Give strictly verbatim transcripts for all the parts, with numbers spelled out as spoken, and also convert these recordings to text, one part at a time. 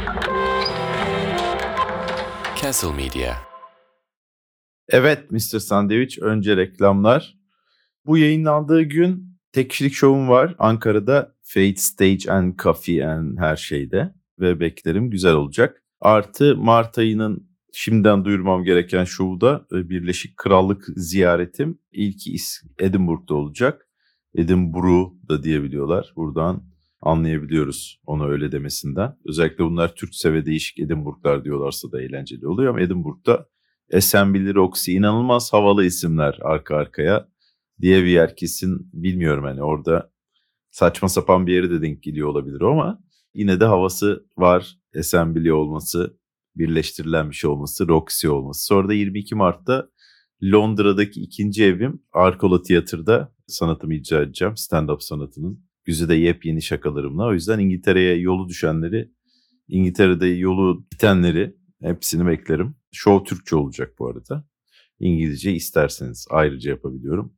Castle Media. Evet mister Sandviç, önce reklamlar. Bu yayınlandığı gün tek kişilik şovum var Ankara'da, Fate Stage and Coffee and her şeyde ve beklerim güzel olacak. Artı Mart ayının şimdiden duyurmam gereken şovu da Birleşik Krallık ziyaretim. İlki Edinburgh'da olacak. Edinburgh da diyebiliyorlar. Buradan anlayabiliyoruz onu öyle demesinden. Özellikle bunlar Türkse ve değişik Edinburgh'lar diyorlarsa da eğlenceli oluyor ama Edinburgh'da Assembly Roxy, inanılmaz havalı isimler arka arkaya diye bir yer, kesin bilmiyorum hani orada saçma sapan bir yere de denk geliyor olabilir ama yine de havası var. Assembly olması, birleştirilen bir şey olması, Roxy olması. Sonra da yirmi iki Mart'ta Londra'daki ikinci evim Arkola Tiyatr'da sanatımı icra edeceğim. Stand-up sanatının güzide yepyeni şakalarımla. O yüzden İngiltere'ye yolu düşenleri, İngiltere'de yolu bitenleri hepsini beklerim. Show Türkçe olacak bu arada. İngilizce isterseniz ayrıca yapabiliyorum.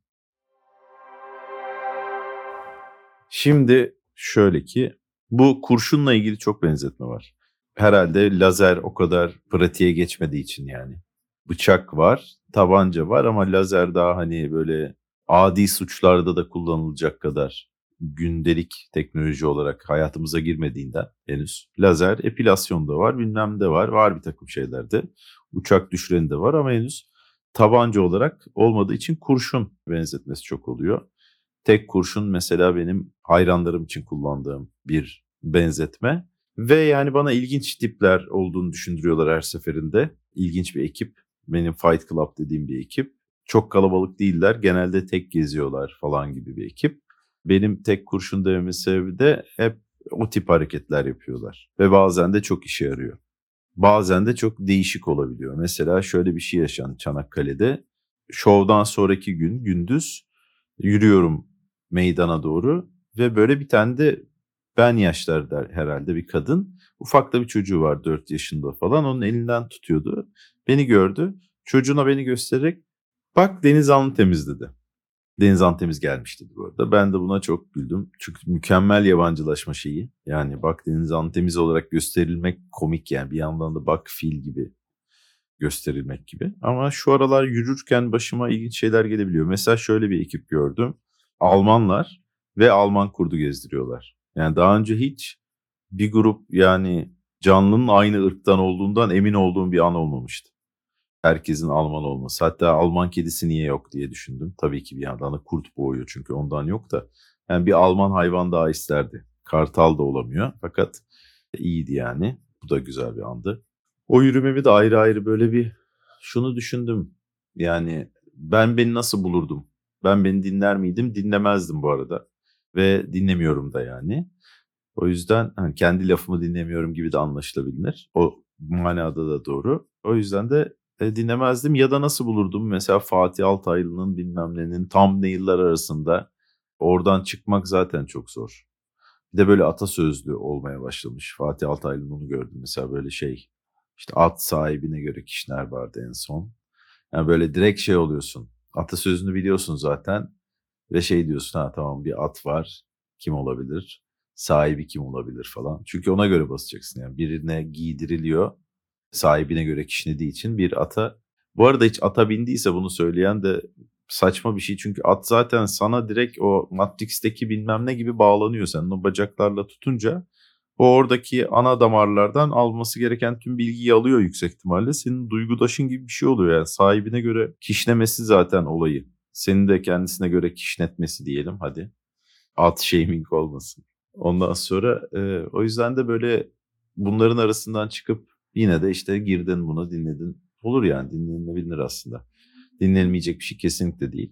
Şimdi şöyle ki, bu kurşunla ilgili çok benzetme var. Herhalde lazer o kadar pratiğe geçmediği için yani. Bıçak var, tabanca var ama lazer daha hani böyle adi suçlarda da kullanılacak kadar gündelik teknoloji olarak hayatımıza girmediğinden henüz. Lazer epilasyonda var, bilmem de var, var bir takım şeylerde. Uçak düşüreni de var ama henüz tabanca olarak olmadığı için kurşun benzetmesi çok oluyor. Tek kurşun mesela benim hayranlarım için kullandığım bir benzetme. Ve yani bana ilginç tipler olduğunu düşündürüyorlar her seferinde. İlginç bir ekip. Benim Fight Club dediğim bir ekip. Çok kalabalık değiller. Genelde tek geziyorlar falan gibi bir ekip. Benim tek kurşun dememin sebebi de hep o tip hareketler yapıyorlar. Ve bazen de çok işe yarıyor. Bazen de çok değişik olabiliyor. Mesela şöyle bir şey yaşandı Çanakkale'de. Şovdan sonraki gün gündüz yürüyorum meydana doğru ve böyle bir tane de ben yaşlarda herhalde bir kadın, ufak da bir çocuğu var dört yaşında falan, onun elinden tutuyordu. Beni gördü, çocuğuna beni göstererek bak Denizhanlı temiz dedi. Denizhan temiz gelmiş dedi bu arada. Ben de buna çok güldüm. Çünkü mükemmel yabancılaşma şeyi. Yani bak Denizhan temiz olarak gösterilmek komik yani. Bir yandan da bak fil gibi gösterilmek gibi. Ama şu aralar yürürken başıma ilginç şeyler gelebiliyor. Mesela şöyle bir ekip gördüm. Almanlar ve Alman kurdu gezdiriyorlar. Yani daha önce hiç bir grup, yani canlının aynı ırktan olduğundan emin olduğum bir an olmamıştı. Herkesin Alman olması. Hatta Alman kedisi niye yok diye düşündüm. Tabii ki bir yandan da kurt boğuyor çünkü ondan yok da. Yani bir Alman hayvan daha isterdi. Kartal da olamıyor fakat iyiydi yani. Bu da güzel bir andı. O yürümemi de ayrı ayrı böyle bir şunu düşündüm. Yani ben beni nasıl bulurdum? Ben beni dinler miydim? Dinlemezdim bu arada. Ve dinlemiyorum da yani. O yüzden hani kendi lafımı dinlemiyorum gibi de anlaşılabilir. O manada da doğru. O yüzden de e, dinlemezdim ya da nasıl bulurdum? Mesela Fatih Altaylı'nın bilmem nenin thumbnail'lar arasında oradan çıkmak zaten çok zor. Bir de böyle atasözlü olmaya başlamış. Fatih Altaylı'nın onu gördüm mesela, böyle şey. İşte at sahibine göre kişner vardı en son. Yani böyle direkt şey oluyorsun. Atasözünü biliyorsun zaten. Ve şey diyorsun, ha tamam bir at var. Kim olabilir? Sahibi kim olabilir falan. Çünkü ona göre basacaksın yani. Birine giydiriliyor. Sahibine göre kişnediği için bir ata. Bu arada hiç ata bindiyse bunu söyleyen de saçma bir şey. Çünkü at zaten sana direkt o Matrix'teki bilmem ne gibi bağlanıyor. Senin o bacaklarla tutunca o oradaki ana damarlardan alması gereken tüm bilgiyi alıyor yüksek ihtimalle. Senin duygudaşın gibi bir şey oluyor yani. Sahibine göre kişnemesi zaten olayı. Senin de kendisine göre kişnetmesi diyelim hadi. At shaming olmasın. Ondan sonra e, o yüzden de böyle bunların arasından çıkıp yine de işte girdin buna dinledin. Olur yani, dinlenilebilir aslında. Dinlenmeyecek bir şey kesinlikle değil.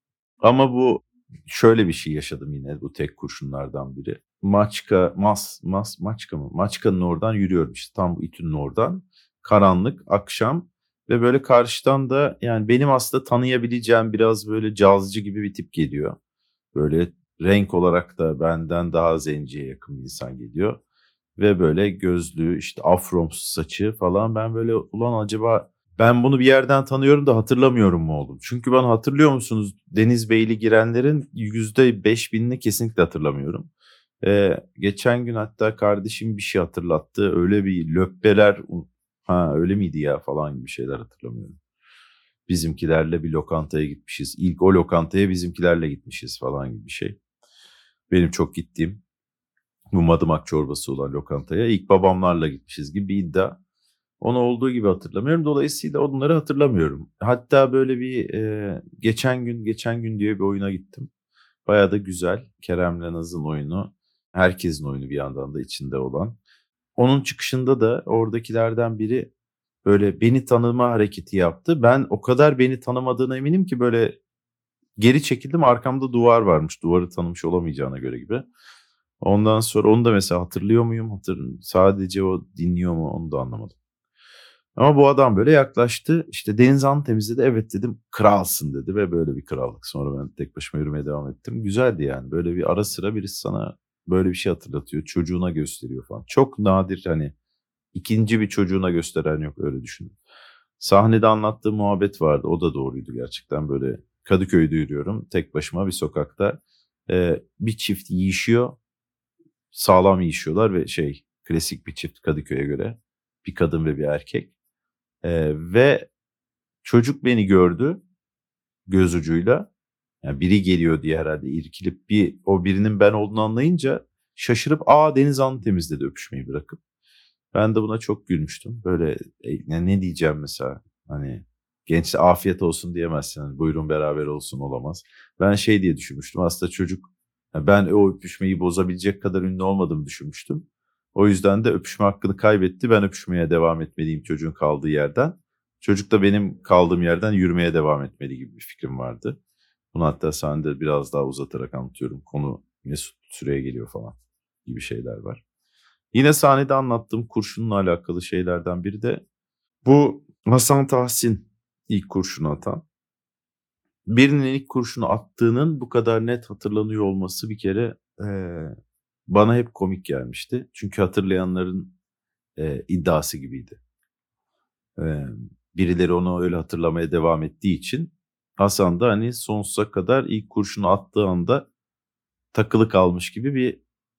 Ama bu şöyle bir şey yaşadım yine, bu tek kurşunlardan biri. Maçka, Mas, Mas, Maçka mı? Maçka'nın oradan yürüyorum işte, tam bu İTÜ'nün oradan. Karanlık, akşam ve böyle karşıdan da yani benim aslında tanıyabileceğim biraz böyle cazcı gibi bir tip geliyor. Böyle renk olarak da benden daha zenciye yakın bir insan geliyor. Ve böyle gözlüğü, işte afromsu saçı falan, ben böyle ulan acaba ben bunu bir yerden tanıyorum da hatırlamıyorum mu oldum? Çünkü ben, hatırlıyor musunuz, Deniz Beyli girenlerin yüzde beş binini kesinlikle hatırlamıyorum. Ee, geçen gün hatta kardeşim bir şey hatırlattı. Öyle bir löppeler, ha öyle miydi ya falan gibi şeyler hatırlamıyorum. Bizimkilerle bir lokantaya gitmişiz. İlk o lokantaya bizimkilerle gitmişiz falan gibi bir şey. Benim çok gittiğim bu madımak çorbası olan lokantaya ilk babamlarla gitmişiz gibi bir iddia. Onu olduğu gibi hatırlamıyorum. Dolayısıyla onları hatırlamıyorum. Hatta böyle bir e, geçen gün geçen gün diye bir oyuna gittim. Bayağı da güzel. Kerem'le Naz'ın oyunu. Herkesin oyunu bir yandan da içinde olan. Onun çıkışında da oradakilerden biri böyle beni tanıma hareketi yaptı. Ben o kadar beni tanımadığına eminim ki böyle geri çekildim. Arkamda duvar varmış. Duvarı tanımış olamayacağına göre gibi. Ondan sonra onu da mesela hatırlıyor muyum? Hatır, sadece o dinliyor mu onu da anlamadım. Ama bu adam böyle yaklaştı. İşte Denizhan'ı temizledi. Evet dedim. Kralsın dedi ve böyle bir krallık. Sonra ben tek başıma yürümeye devam ettim. Güzeldi yani. Böyle bir ara sıra birisi sana böyle bir şey hatırlatıyor. Çocuğuna gösteriyor falan. Çok nadir hani ikinci bir çocuğuna gösteren yok öyle düşünün. Sahnede anlattığı muhabbet vardı. O da doğruydu gerçekten. Böyle Kadıköy'de yürüyorum. Tek başıma bir sokakta. Ee, bir çift yiyişiyor. Sağlam yiyişiyorlar ve şey klasik bir çift Kadıköy'e göre. Bir kadın ve bir erkek. Ee, ve çocuk beni gördü göz ucuyla. Yani biri geliyor diye herhalde irkilip bir o birinin ben olduğunu anlayınca şaşırıp aa Denizhan'ı temizledi öpüşmeyi bırakıp. Ben de buna çok gülmüştüm. Böyle e, ne, ne diyeceğim mesela hani gençte afiyet olsun diyemezsin. Hani, buyurun beraber olsun olamaz. Ben şey diye düşünmüştüm aslında çocuk yani ben o öpüşmeyi bozabilecek kadar ünlü olmadığımı düşünmüştüm. O yüzden de öpüşme hakkını kaybetti. Ben öpüşmeye devam etmeliyim çocuğun kaldığı yerden. Çocuk da benim kaldığım yerden yürümeye devam etmeli gibi bir fikrim vardı. Bunu hatta sahnede biraz daha uzatarak anlatıyorum. Konu Mesut Süre'ye geliyor falan gibi şeyler var. Yine sahnede anlattığım kurşunla alakalı şeylerden biri de bu Hasan Tahsin ilk kurşunu atan. Birinin ilk kurşunu attığının bu kadar net hatırlanıyor olması bir kere eee, bana hep komik gelmişti. Çünkü hatırlayanların eee, iddiası gibiydi. Eee, birileri onu öyle hatırlamaya devam ettiği için Hasan da hani sonsuza kadar ilk kurşunu attığı anda takılı kalmış gibi bir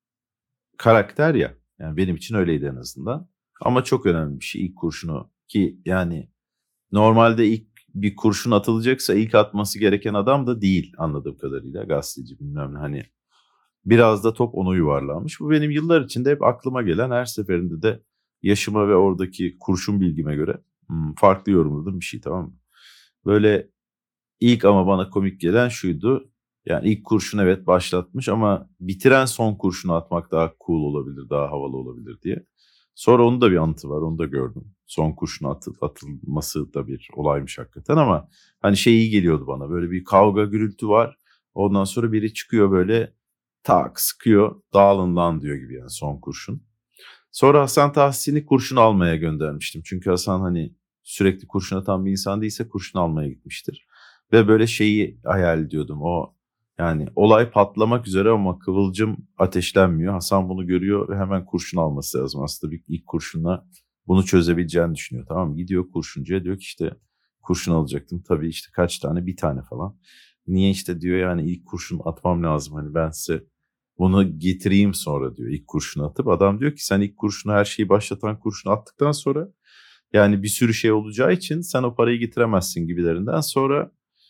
karakter ya. Yani benim için öyleydi en azından. Ama çok önemli bir şey ilk kurşunu ki yani normalde ilk bir kurşun atılacaksa ilk atması gereken adam da değil anladığım kadarıyla gazeteci bilmem ne hani biraz da top onu yuvarlanmış. Bu benim yıllar içinde hep aklıma gelen her seferinde de yaşıma ve oradaki kurşun bilgime göre hmm, farklı yorumladığım bir şey tamam mı? Böyle ilk ama bana komik gelen şuydu. Yani ilk kurşun evet başlatmış ama bitiren son kurşunu atmak daha cool olabilir, daha havalı olabilir diye. Sonra onun da bir anıtı var, onu da gördüm. Son kurşun atı, atılması da bir olaymış hakikaten ama hani şey iyi geliyordu bana. Böyle bir kavga gürültü var. Ondan sonra biri çıkıyor böyle tak sıkıyor, dağılın lan diyor gibi yani son kurşun. Sonra Hasan Tahsin'i kurşun almaya göndermiştim. Çünkü Hasan hani sürekli kurşun atan bir insan değilse kurşun almaya gitmiştir. Ve böyle şeyi hayal ediyordum. O yani olay patlamak üzere ama kıvılcım ateşlenmiyor. Hasan bunu görüyor ve hemen kurşun alması lazım. Aslında bir ilk kurşunla bunu çözebileceğini düşünüyor. Tamam mı? Gidiyor kurşuncuya diyor ki işte kurşun alacaktım. Tabii işte kaç tane? Bir tane falan. Niye işte diyor yani ilk kurşun atmam lazım. Hani ben size bunu getireyim sonra diyor ilk kurşunu atıp. Adam diyor ki sen ilk kurşunu her şeyi başlatan kurşunu attıktan sonra yani bir sürü şey olacağı için sen o parayı getiremezsin gibilerinden. Sonra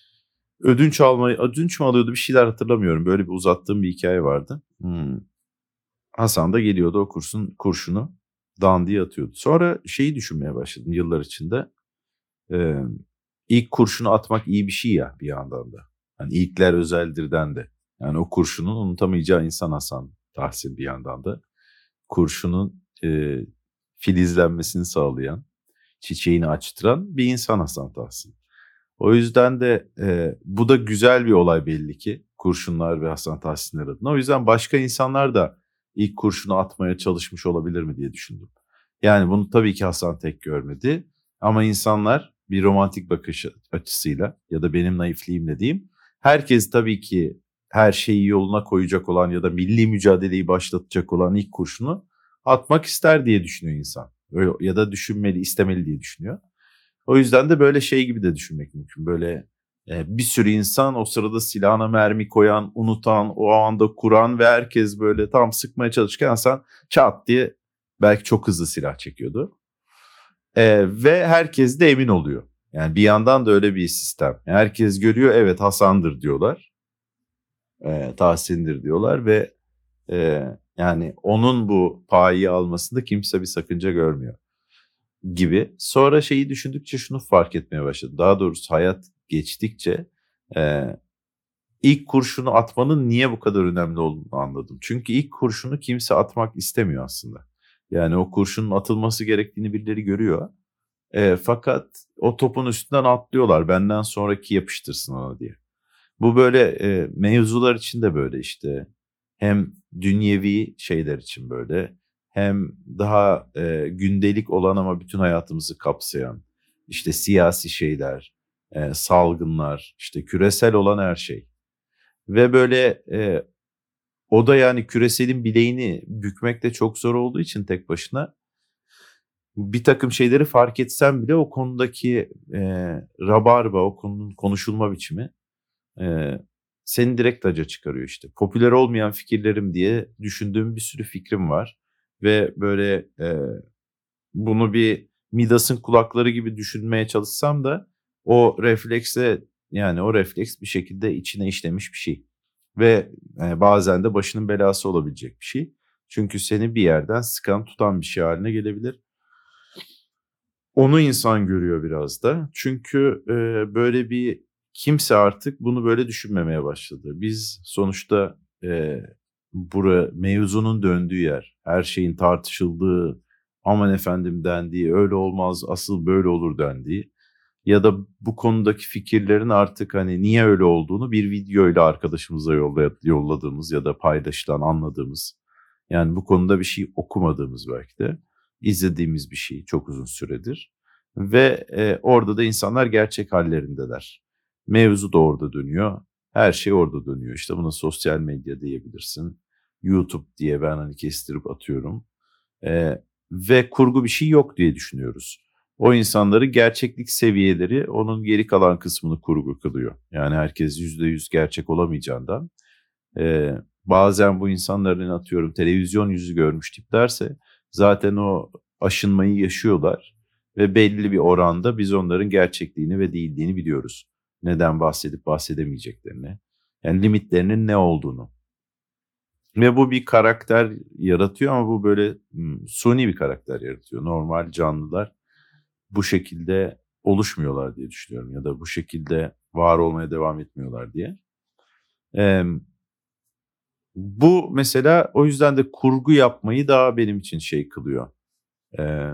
ödünç almayı, ödünç mü alıyordu bir şeyler hatırlamıyorum. Böyle bir uzattığım bir hikaye vardı. Hmm. Hasan da geliyordu o kurşun, kurşunu dandiye atıyordu. Sonra şeyi düşünmeye başladım yıllar içinde. Ee, ilk kurşunu atmak iyi bir şey ya bir yandan da. Hani ilkler özeldirden de. Yani o kurşunun unutamayacağı insan Hasan Tahsin bir yandan da. Kurşunun e, filizlenmesini sağlayan, çiçeğini açtıran bir insan Hasan Tahsin. O yüzden de e, bu da güzel bir olay belli ki kurşunlar ve Hasan Tahsinler adına. O yüzden başka insanlar da ilk kurşunu atmaya çalışmış olabilir mi diye düşündüm. Yani bunu tabii ki Hasan tek görmedi ama insanlar bir romantik bakış açısıyla ya da benim naifliğimle diyeyim. Herkes tabii ki her şeyi yoluna koyacak olan ya da milli mücadeleyi başlatacak olan ilk kurşunu atmak ister diye düşünüyor insan. Öyle, ya da düşünmeli, istemeli diye düşünüyor. O yüzden de böyle şey gibi de düşünmek mümkün. Böyle E, bir sürü insan o sırada silahına mermi koyan, unutan, o anda kuran ve herkes böyle tam sıkmaya çalışırken sen çat diye belki çok hızlı silah çekiyordu. E, ve herkes de emin oluyor. Yani bir yandan da öyle bir sistem. Herkes görüyor, evet Hasan'dır diyorlar. E, Tahsin'dir diyorlar ve e, yani onun bu payı almasında kimse bir sakınca görmüyor gibi. Sonra şeyi düşündükçe şunu fark etmeye başladım. Daha doğrusu hayat geçtikçe e, ilk kurşunu atmanın niye bu kadar önemli olduğunu anladım. Çünkü ilk kurşunu kimse atmak istemiyor aslında. Yani o kurşunun atılması gerektiğini birileri görüyor. E, fakat o topun üstünden atlıyorlar. Benden sonraki yapıştırsın ona diye. Bu böyle e, mevzular için de böyle işte. Hem dünyevi şeyler için böyle. Hem daha e, gündelik olan ama bütün hayatımızı kapsayan. İşte siyasi şeyler, e, salgınlar, işte küresel olan her şey. Ve böyle e, o da yani küreselin bileğini bükmek de çok zor olduğu için tek başına bir takım şeyleri fark etsem bile o konudaki e, rabarba, o konunun konuşulma biçimi e, seni direkt acı çıkarıyor işte. Popüler olmayan fikirlerim diye düşündüğüm bir sürü fikrim var. Ve böyle e, bunu bir Midas'ın kulakları gibi düşünmeye çalışsam da o reflekse yani o refleks bir şekilde içine işlemiş bir şey. Ve e, bazen de başının belası olabilecek bir şey. Çünkü seni bir yerden sıkan tutan bir şey haline gelebilir. Onu insan görüyor biraz da. Çünkü e, böyle bir kimse artık bunu böyle düşünmemeye başladı. Biz sonuçta e, bura mevzunun döndüğü yer, her şeyin tartışıldığı, aman efendim dendiği, öyle olmaz, asıl böyle olur dendiği ya da bu konudaki fikirlerin artık hani niye öyle olduğunu bir videoyla arkadaşımıza yolla- yolladığımız ya da paylaşılan, anladığımız, yani bu konuda bir şey okumadığımız belki de izlediğimiz bir şey çok uzun süredir ve e, orada da insanlar gerçek hallerindeler. Mevzu da orada dönüyor. Her şey orada dönüyor. İşte buna sosyal medya diyebilirsin. YouTube diye ben hani kestirip atıyorum. E, ve kurgu bir şey yok diye düşünüyoruz. O insanların gerçeklik seviyeleri onun geri kalan kısmını kurgu kılıyor. Yani herkes yüzde yüz gerçek olamayacağından. E, bazen bu insanların atıyorum televizyon yüzü görmüş tiplerse zaten o aşınmayı yaşıyorlar. Ve belli bir oranda biz onların gerçekliğini ve değilliğini biliyoruz. Neden bahsedip bahsedemeyeceklerini. Yani limitlerinin ne olduğunu. Ve bu bir karakter yaratıyor ama bu böyle hmm, suni bir karakter yaratıyor. Normal canlılar bu şekilde oluşmuyorlar diye düşünüyorum. Ya da bu şekilde var olmaya devam etmiyorlar diye. Ee, bu mesela o yüzden de kurgu yapmayı daha benim için şey kılıyor. Ee,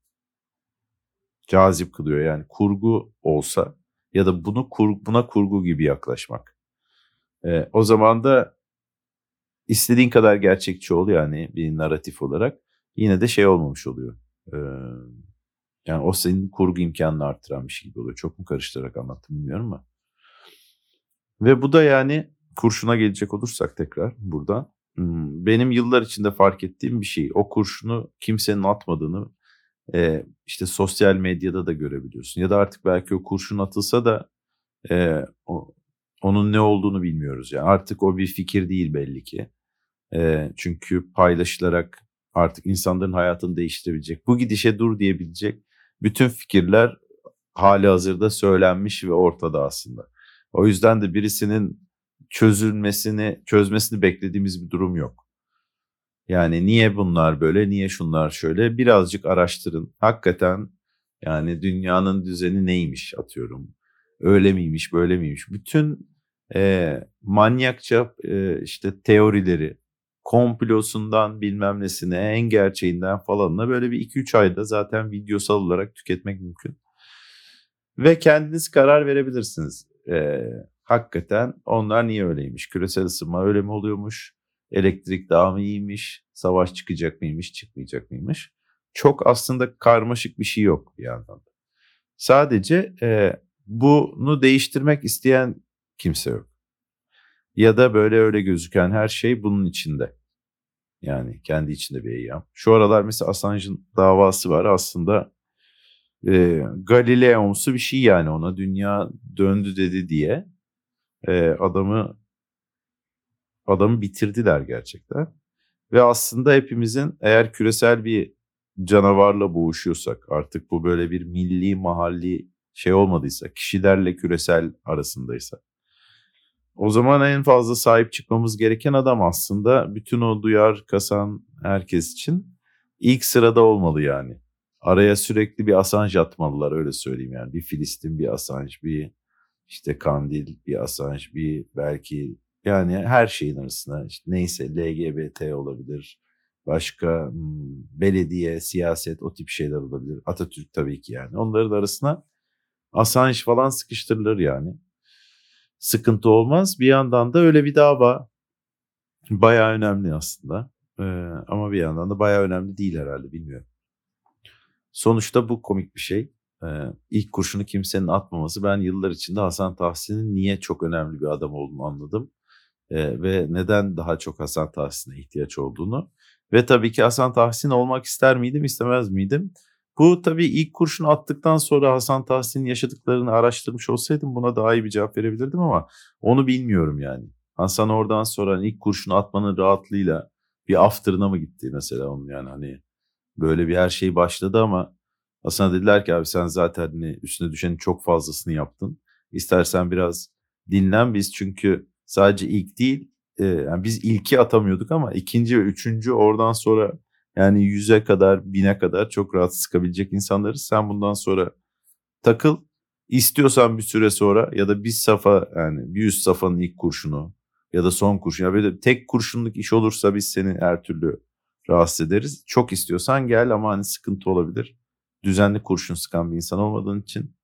cazip kılıyor. Yani kurgu olsa ya da bunu kur, buna kurgu gibi yaklaşmak. Ee, o zaman da istediğin kadar gerçekçi ol yani bir narratif olarak yine de şey olmamış oluyor. Ee, yani o senin kurgu imkanını arttıran bir şey gibi oluyor. Çok mu karıştırarak anlattım bilmiyorum ama. Ve bu da yani kurşuna gelecek olursak tekrar buradan. hmm, Benim yıllar içinde fark ettiğim bir şey. O kurşunu kimsenin atmadığını e, işte sosyal medyada da görebiliyorsun. Ya da artık belki o kurşun atılsa da e, o, onun ne olduğunu bilmiyoruz. Yani artık o bir fikir değil belli ki. E, çünkü paylaşılarak artık insanların hayatını değiştirebilecek, bu gidişe dur diyebilecek bütün fikirler hali hazırda söylenmiş ve ortada aslında. O yüzden de birisinin çözülmesini, çözmesini beklediğimiz bir durum yok. Yani niye bunlar böyle, niye şunlar şöyle birazcık araştırın. Hakikaten yani dünyanın düzeni neymiş atıyorum. Öyle miymiş, böyle miymiş? Bütün e, manyakça e, işte teorileri, komplosundan bilmem nesine, en gerçeğinden falanına böyle bir iki üç ayda zaten videosal olarak tüketmek mümkün. Ve kendiniz karar verebilirsiniz. Ee, hakikaten onlar niye öyleymiş? Küresel ısınma öyle mi oluyormuş? Elektrik daha mı iyiymiş? Savaş çıkacak mıymış, çıkmayacak mıymış? Çok aslında karmaşık bir şey yok bir yandan da. Sadece e, bunu değiştirmek isteyen kimse yok. Ya da böyle öyle gözüken her şey bunun içinde. Yani kendi içinde bir eyyam. Şu aralar mesela Assange'ın davası var. Aslında e, Galileomsu bir şey yani, ona dünya döndü dedi diye e, adamı adamı bitirdiler gerçekten. Ve aslında hepimizin, eğer küresel bir canavarla boğuşuyorsak, artık bu böyle bir milli mahalli şey olmadıysa, kişilerle küresel arasındaysa, o zaman en fazla sahip çıkmamız gereken adam aslında bütün o duyar kasan herkes için ilk sırada olmalı yani. Araya sürekli bir Assange atmalılar, öyle söyleyeyim yani. Bir Filistin, bir Assange, bir işte Kandil, bir Assange, bir belki yani her şeyin arasına işte neyse L G B T olabilir. Başka hmm, belediye, siyaset, o tip şeyler olabilir. Atatürk tabii ki yani. Onların arasına Assange falan sıkıştırılır yani. Sıkıntı olmaz. Bir yandan da öyle bir dava bayağı önemli aslında. Ee, ama bir yandan da bayağı önemli değil herhalde, bilmiyorum. Sonuçta bu komik bir şey. Ee, ilk kurşunu kimsenin atmaması. Ben yıllar içinde Hasan Tahsin'in niye çok önemli bir adam olduğunu anladım. Ee, ve neden daha çok Hasan Tahsin'e ihtiyaç olduğunu. Ve tabii ki Hasan Tahsin olmak ister miydim, istemez miydim? Bu tabii ilk kurşunu attıktan sonra Hasan Tahsin'in yaşadıklarını araştırmış olsaydım buna daha iyi bir cevap verebilirdim ama onu bilmiyorum yani. Hasan oradan sonra hani ilk kurşunu atmanın rahatlığıyla bir after'ına mı gitti mesela onun, yani hani böyle bir her şey başladı ama Hasan'a dediler ki abi sen zaten hani üstüne düşenin çok fazlasını yaptın. İstersen biraz dinlen, biz çünkü sadece ilk değil e, yani biz ilki atamıyorduk ama ikinci ve üçüncü, oradan sonra yani yüze kadar, bine kadar çok rahat sıkabilecek insanlarız. Sen bundan sonra takıl, istiyorsan bir süre sonra ya da bir safa, yani bir üst safanın ilk kurşunu ya da son kurşun, ya böyle tek kurşunluk iş olursa biz seni her türlü rahatsız ederiz. Çok istiyorsan gel ama hani sıkıntı olabilir. Düzenli kurşun sıkan bir insan olmadığın için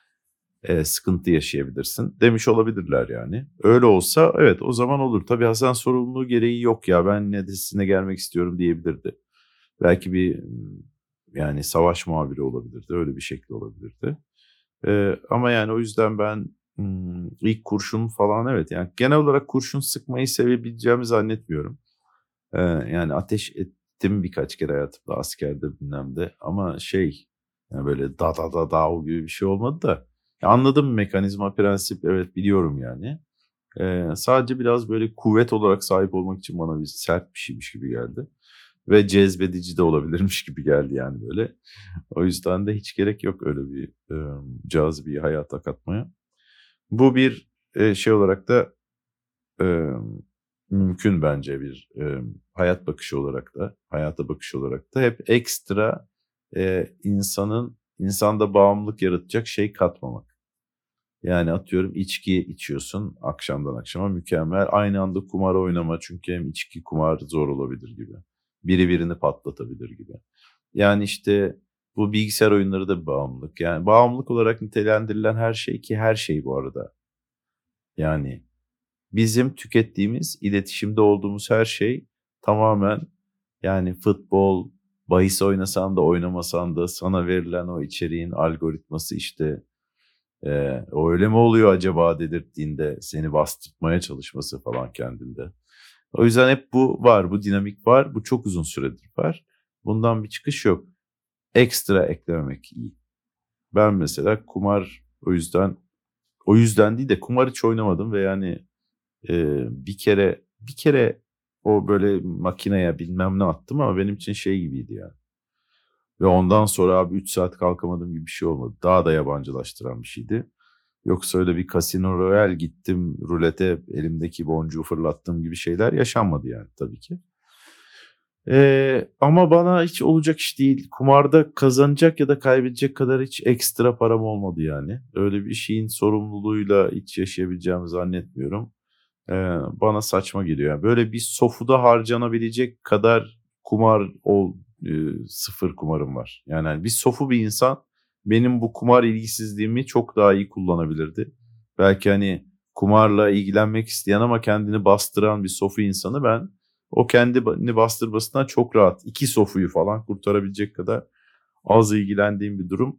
e, sıkıntı yaşayabilirsin demiş olabilirler yani. Öyle olsa evet, o zaman olur. Tabii Hasan sorumluluğu gereği yok ya ben ne dizisine gelmek istiyorum diyebilirdi. Belki bir yani savaş muhabiri olabilirdi. Öyle bir şekli olabilirdi. Ee, ama yani o yüzden ben hmm, ilk kurşun falan, evet yani genel olarak kurşun sıkmayı sevebileceğimi zannetmiyorum. Ee, yani ateş ettim birkaç kere hayatımda, askerde bilmem de, ama şey yani böyle da da da da o gibi bir şey olmadı da. Ya anladım mekanizma, prensip, evet biliyorum yani. Ee, sadece biraz böyle kuvvet olarak sahip olmak için bana bir sert bir şeymiş gibi geldi. Ve cezbedici de olabilirmiş gibi geldi yani böyle. O yüzden de hiç gerek yok öyle bir e, cazibeyi hayata katmaya. Bu bir e, şey olarak da e, mümkün bence, bir e, hayat bakışı olarak da, hayata bakış olarak da hep ekstra e, insanın insanda bağımlılık yaratacak şey katmamak. Yani atıyorum içki içiyorsun akşamdan akşama, mükemmel. Aynı anda kumar oynama, çünkü hem içki kumar zor olabilir gibi. Biri birini patlatabilir gibi. Yani işte bu bilgisayar oyunları da bir bağımlılık. Yani bağımlılık olarak nitelendirilen her şey, ki her şey bu arada. Yani bizim tükettiğimiz, iletişimde olduğumuz her şey tamamen, yani futbol, bahis oynasan da oynamasan da sana verilen o içeriğin algoritması işte e, o öyle mi oluyor acaba dedirttiğinde seni bastırmaya çalışması falan kendinde. O yüzden hep bu var, bu dinamik var, bu çok uzun süredir var. Bundan bir çıkış yok. Ekstra eklememek iyi. Ben mesela kumar, o yüzden o yüzden değil de kumar hiç oynamadım ve yani e, bir kere bir kere o böyle makineye bilmem ne attım ama benim için şey gibiydi yani. Ve ondan sonra abi üç saat kalkamadım gibi bir şey olmadı. Daha da yabancılaştıran bir şeydi. Yoksa öyle bir Casino Royale gittim, rulete elimdeki boncuğu fırlattığım gibi şeyler yaşanmadı yani tabii ki. Ee, ama bana hiç olacak iş değil. Kumarda kazanacak ya da kaybedecek kadar hiç ekstra param olmadı yani. Öyle bir şeyin sorumluluğuyla hiç yaşayabileceğimi zannetmiyorum. Ee, bana saçma geliyor. Yani böyle bir sofuda harcanabilecek kadar kumar ol, e, sıfır kumarım var. Yani hani bir sofu bir insan benim bu kumar ilgisizliğimi çok daha iyi kullanabilirdi. Belki hani kumarla ilgilenmek isteyen ama kendini bastıran bir sofu insanı ben o kendini bastırmasından çok rahat iki sofuyu falan kurtarabilecek kadar az ilgilendiğim bir durum.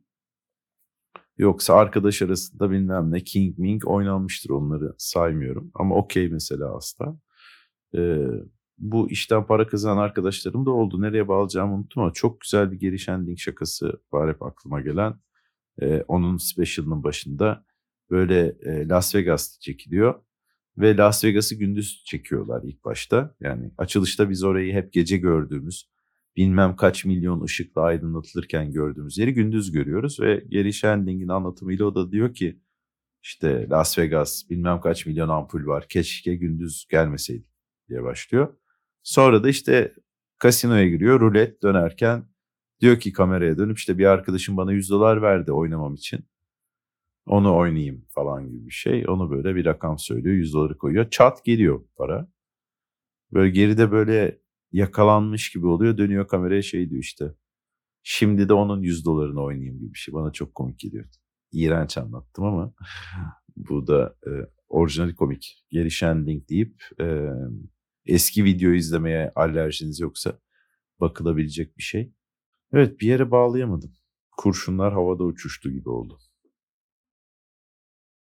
Yoksa arkadaş arasında bilmem ne King Ming oynanmıştır, onları saymıyorum. Ama okey mesela asla. Ee, bu işten para kazanan arkadaşlarım da oldu. Nereye bağlayacağımı unuttum ama çok güzel bir geri şending şakası var hep aklıma gelen. Ee, onun special'ının başında böyle e, Las Vegas'ta çekiliyor. Ve Las Vegas'ı gündüz çekiyorlar ilk başta. Yani açılışta biz orayı hep gece gördüğümüz, bilmem kaç milyon ışıkla aydınlatılırken gördüğümüz yeri gündüz görüyoruz. Ve Gary Shandling'in anlatımıyla o da diyor ki işte Las Vegas bilmem kaç milyon ampul var, keşke gündüz gelmeseydi diye başlıyor. Sonra da işte kasinoya giriyor, rulet dönerken diyor ki kameraya dönüp işte bir arkadaşım bana yüz dolar verdi oynamam için. Onu oynayayım falan gibi bir şey. Onu böyle bir rakam söylüyor. yüz doları koyuyor. Çat geliyor para. Böyle geride böyle yakalanmış gibi oluyor. Dönüyor kameraya şey diyor işte. Şimdi de onun yüz dolarını oynayayım gibi bir şey. Bana çok komik geliyor. İğrenç anlattım ama bu da e, orijinali komik. Gary Shandling deyip e, eski video izlemeye alerjiniz yoksa bakılabilecek bir şey. Evet, bir yere bağlayamadım. Kurşunlar havada uçuştu gibi oldu.